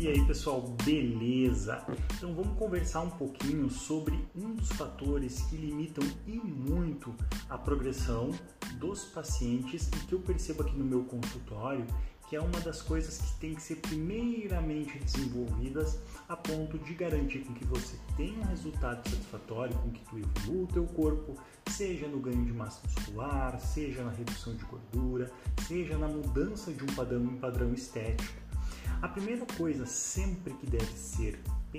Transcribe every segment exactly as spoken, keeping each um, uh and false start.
E aí pessoal, beleza? Então vamos conversar um pouquinho sobre um dos fatores que limitam e muito a progressão dos pacientes e que eu percebo aqui no meu consultório, que é uma das coisas que tem que ser primeiramente desenvolvidas a ponto de garantir com que você tenha um resultado satisfatório, com que tu evolua o teu corpo, seja no ganho de massa muscular, seja na redução de gordura, seja na mudança de um padrão em padrão estético. A primeira coisa sempre que deve ser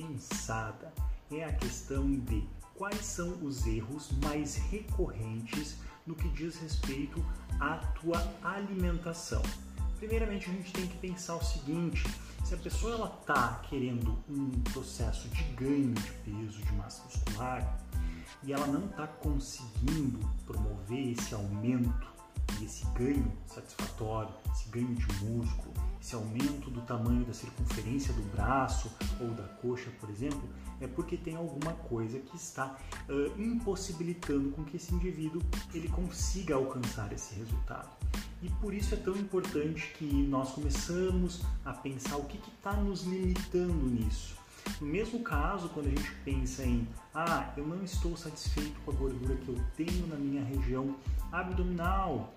pensada é a questão de quais são os erros mais recorrentes no que diz respeito à tua alimentação. Primeiramente, a gente tem que pensar o seguinte: se a pessoa está querendo um processo de ganho de peso, de massa muscular, e ela não está conseguindo promover esse aumento e esse ganho satisfatório, esse ganho de músculo, esse aumento do tamanho da circunferência do braço ou da coxa, por exemplo, é porque tem alguma coisa que está uh, impossibilitando com que esse indivíduo ele consiga alcançar esse resultado. E por isso é tão importante que nós começamos a pensar o que está nos limitando nisso. No mesmo caso, quando a gente pensa em ah, eu não estou satisfeito com a gordura que eu tenho na minha região abdominal,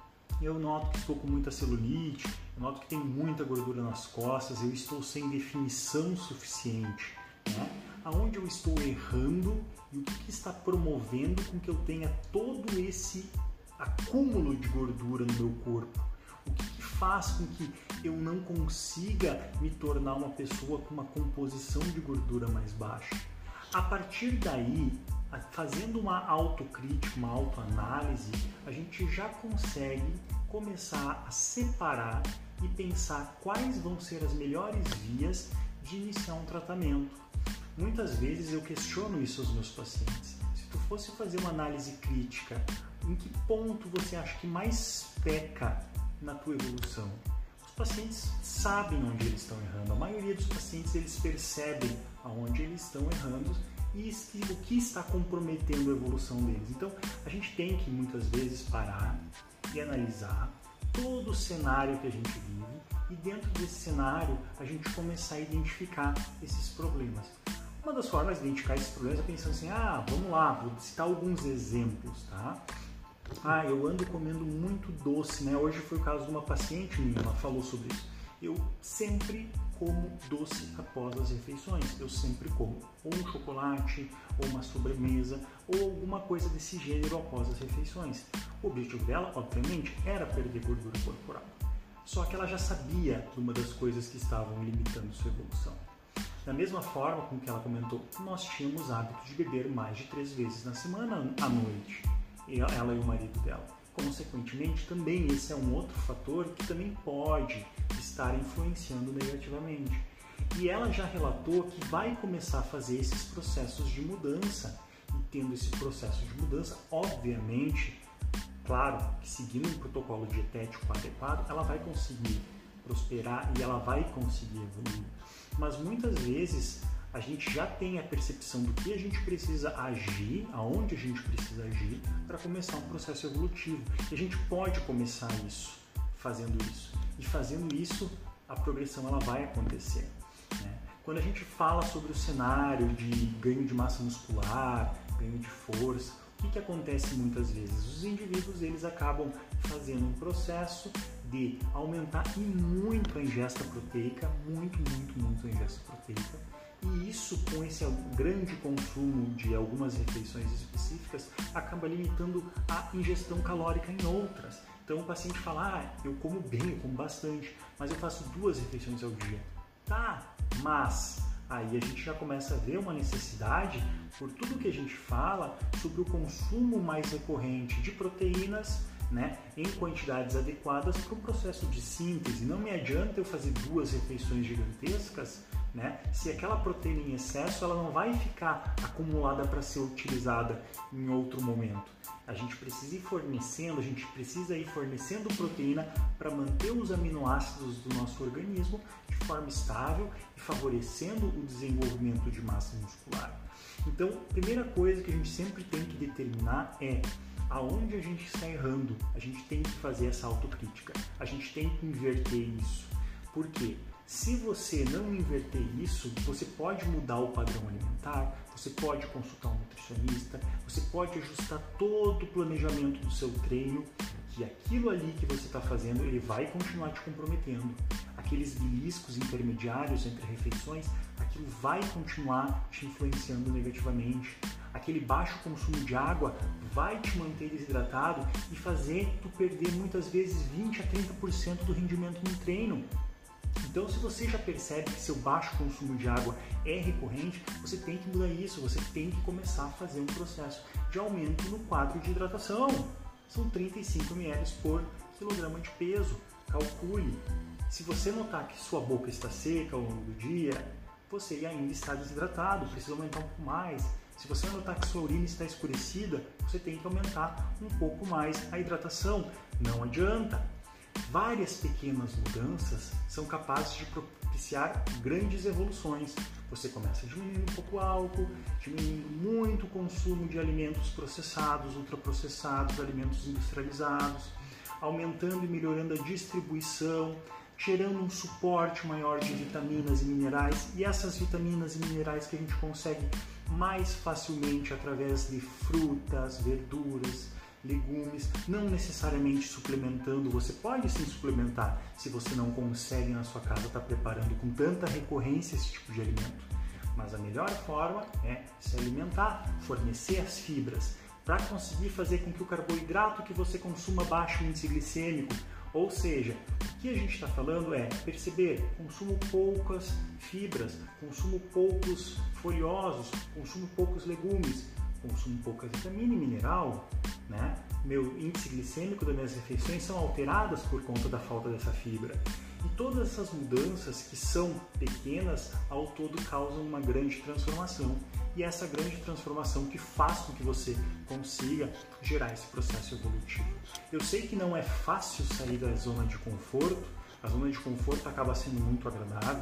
eu noto que estou com muita celulite, eu noto que tenho muita gordura nas costas, eu estou sem definição suficiente, né? Aonde eu estou errando e o que, que está promovendo com que eu tenha todo esse acúmulo de gordura no meu corpo? O que, que faz com que eu não consiga me tornar uma pessoa com uma composição de gordura mais baixa? A partir daí, fazendo uma autocrítica, uma autoanálise, a gente já consegue começar a separar e pensar quais vão ser as melhores vias de iniciar um tratamento. Muitas vezes eu questiono isso aos meus pacientes. Se tu fosse fazer uma análise crítica, em que ponto você acha que mais peca na tua evolução? Os pacientes sabem onde eles estão errando. A maioria dos pacientes eles percebem aonde eles estão errando e o que está comprometendo a evolução deles. Então, a gente tem que muitas vezes parar e analisar todo o cenário que a gente vive e dentro desse cenário a gente começar a identificar esses problemas. Uma das formas de identificar esses problemas é pensando assim, ah, vamos lá, vou citar alguns exemplos, tá? Ah, eu ando comendo muito doce, né? Hoje foi o caso de uma paciente minha, ela falou sobre isso. Eu sempre como doce após as refeições. Eu sempre como ou um chocolate, ou uma sobremesa, ou alguma coisa desse gênero após as refeições. O objetivo dela, obviamente, era perder gordura corporal. Só que ela já sabia de uma das coisas que estavam limitando sua evolução. Da mesma forma com que ela comentou, nós tínhamos hábito de beber mais de três vezes na semana à noite. Ela e o marido dela. Consequentemente, também esse é um outro fator que também pode estar influenciando negativamente. E ela já relatou que vai começar a fazer esses processos de mudança. E tendo esse processo de mudança, obviamente, claro, que seguindo um protocolo dietético adequado, ela vai conseguir prosperar e ela vai conseguir evoluir. Mas muitas vezes a gente já tem a percepção do que a gente precisa agir, aonde a gente precisa agir para começar um processo evolutivo. E a gente pode começar isso, fazendo isso. E fazendo isso, a progressão ela vai acontecer, né? Quando a gente fala sobre o cenário de ganho de massa muscular, ganho de força, o que, que acontece muitas vezes? Os indivíduos eles acabam fazendo um processo de aumentar e muito a ingesta proteica, muito, muito, muito a ingesta proteica. E isso, com esse grande consumo de algumas refeições específicas, acaba limitando a ingestão calórica em outras. Então o paciente fala, ah, eu como bem, eu como bastante, mas eu faço duas refeições ao dia. Tá, mas aí a gente já começa a ver uma necessidade, por tudo que a gente fala, sobre o consumo mais recorrente de proteínas, né, em quantidades adequadas para um processo de síntese. Não me adianta eu fazer duas refeições gigantescas, né, se aquela proteína em excesso ela não vai ficar acumulada para ser utilizada em outro momento. A gente precisa ir fornecendo, a gente precisa ir fornecendo proteína para manter os aminoácidos do nosso organismo de forma estável e favorecendo o desenvolvimento de massa muscular. Então, a primeira coisa que a gente sempre tem que determinar é aonde a gente está errando. A gente tem que fazer essa autocrítica, a gente tem que inverter isso. Por quê? Se você não inverter isso, você pode mudar o padrão alimentar, você pode consultar um nutricionista, você pode ajustar todo o planejamento do seu treino, que aquilo ali que você está fazendo, ele vai continuar te comprometendo. Aqueles beliscos intermediários entre refeições, aquilo vai continuar te influenciando negativamente. Aquele baixo consumo de água vai te manter desidratado e fazer tu perder muitas vezes vinte a trinta por cento do rendimento no treino. Então, se você já percebe que seu baixo consumo de água é recorrente, você tem que mudar isso, você tem que começar a fazer um processo de aumento no quadro de hidratação. São trinta e cinco mililitros por quilograma de peso. Calcule. Se você notar que sua boca está seca ao longo do dia, você ainda está desidratado, precisa aumentar um pouco mais. Se você notar que sua urina está escurecida, você tem que aumentar um pouco mais a hidratação. Não adianta. Várias pequenas mudanças são capazes de propiciar grandes evoluções. Você começa diminuindo um pouco o álcool, diminuindo muito o consumo de alimentos processados, ultraprocessados, alimentos industrializados, aumentando e melhorando a distribuição, gerando um suporte maior de vitaminas e minerais, e essas vitaminas e minerais que a gente consegue mais facilmente através de frutas, verduras, legumes, não necessariamente suplementando. Você pode sim suplementar se você não consegue na sua casa estar preparando com tanta recorrência esse tipo de alimento. Mas a melhor forma é se alimentar, fornecer as fibras, para conseguir fazer com que o carboidrato que você consuma baixe o índice glicêmico. Ou seja, o que a gente está falando é perceber, consumo poucas fibras, consumo poucos folhosos, consumo poucos legumes, consumo pouca vitamina e mineral, né? Meu índice glicêmico das minhas refeições são alteradas por conta da falta dessa fibra. E todas essas mudanças, que são pequenas, ao todo causam uma grande transformação. E essa grande transformação que faz com que você consiga gerar esse processo evolutivo. Eu sei que não é fácil sair da zona de conforto, a zona de conforto acaba sendo muito agradável,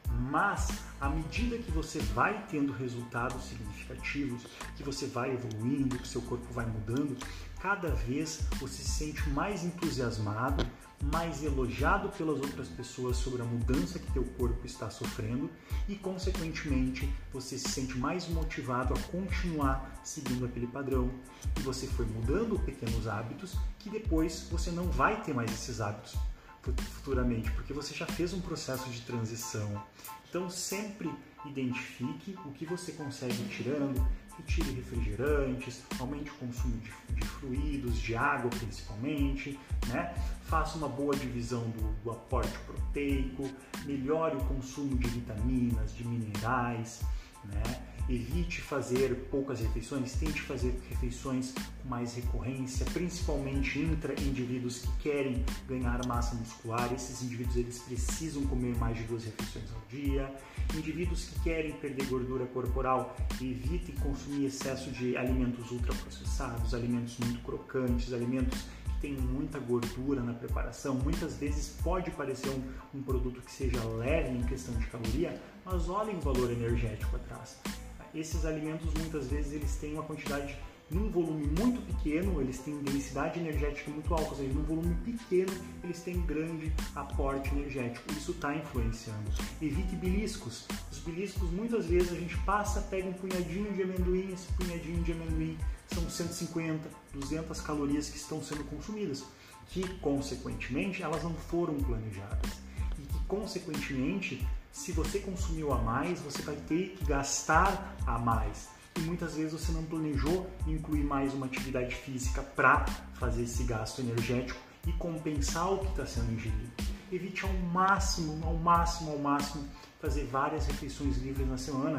mas à medida que você vai tendo resultados significativos, que você vai evoluindo, que seu corpo vai mudando, cada vez você se sente mais entusiasmado, mais elogiado pelas outras pessoas sobre a mudança que teu corpo está sofrendo e, consequentemente, você se sente mais motivado a continuar seguindo aquele padrão. E você foi mudando pequenos hábitos que depois você não vai ter mais esses hábitos futuramente, porque você já fez um processo de transição. Então sempre identifique o que você consegue ir tirando, retire refrigerantes, aumente o consumo de, de fluidos, de água principalmente, né? Faça uma boa divisão do, do aporte proteico, melhore o consumo de vitaminas, de minerais, né? Evite fazer poucas refeições, tente fazer refeições com mais recorrência, principalmente entre indivíduos que querem ganhar massa muscular. Esses indivíduos eles precisam comer mais de duas refeições ao dia. Indivíduos que querem perder gordura corporal, evitem consumir excesso de alimentos ultraprocessados, alimentos muito crocantes, alimentos que têm muita gordura na preparação. Muitas vezes pode parecer um, um produto que seja leve em questão de caloria, mas olhem o valor energético atrás. Esses alimentos muitas vezes eles têm uma quantidade num volume muito pequeno, eles têm densidade energética muito alta, ou seja, num volume pequeno eles têm grande aporte energético. Isso está influenciando. Evite beliscos. Os beliscos muitas vezes a gente passa, pega um punhadinho de amendoim, esse punhadinho de amendoim são cento e cinquenta, duzentas calorias que estão sendo consumidas, que consequentemente elas não foram planejadas e que consequentemente se você consumiu a mais, você vai ter que gastar a mais. E muitas vezes você não planejou incluir mais uma atividade física para fazer esse gasto energético e compensar o que está sendo ingerido. Evite ao máximo, ao máximo, ao máximo, fazer várias refeições livres na semana.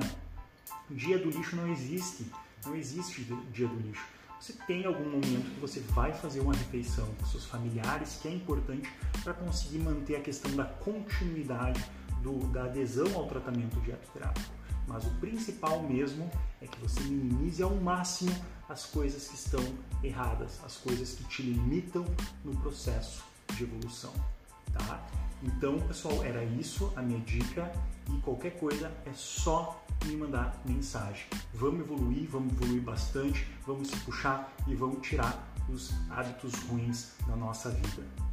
O dia do lixo não existe. Não existe dia do lixo. Você tem algum momento que você vai fazer uma refeição com seus familiares, que é importante para conseguir manter a questão da continuidade Do, da adesão ao tratamento dietoterápico. Mas o principal mesmo é que você minimize ao máximo as coisas que estão erradas, as coisas que te limitam no processo de evolução, tá? Então, pessoal, era isso a minha dica e qualquer coisa é só me mandar mensagem. Vamos evoluir, vamos evoluir bastante, vamos se puxar e vamos tirar os hábitos ruins da nossa vida.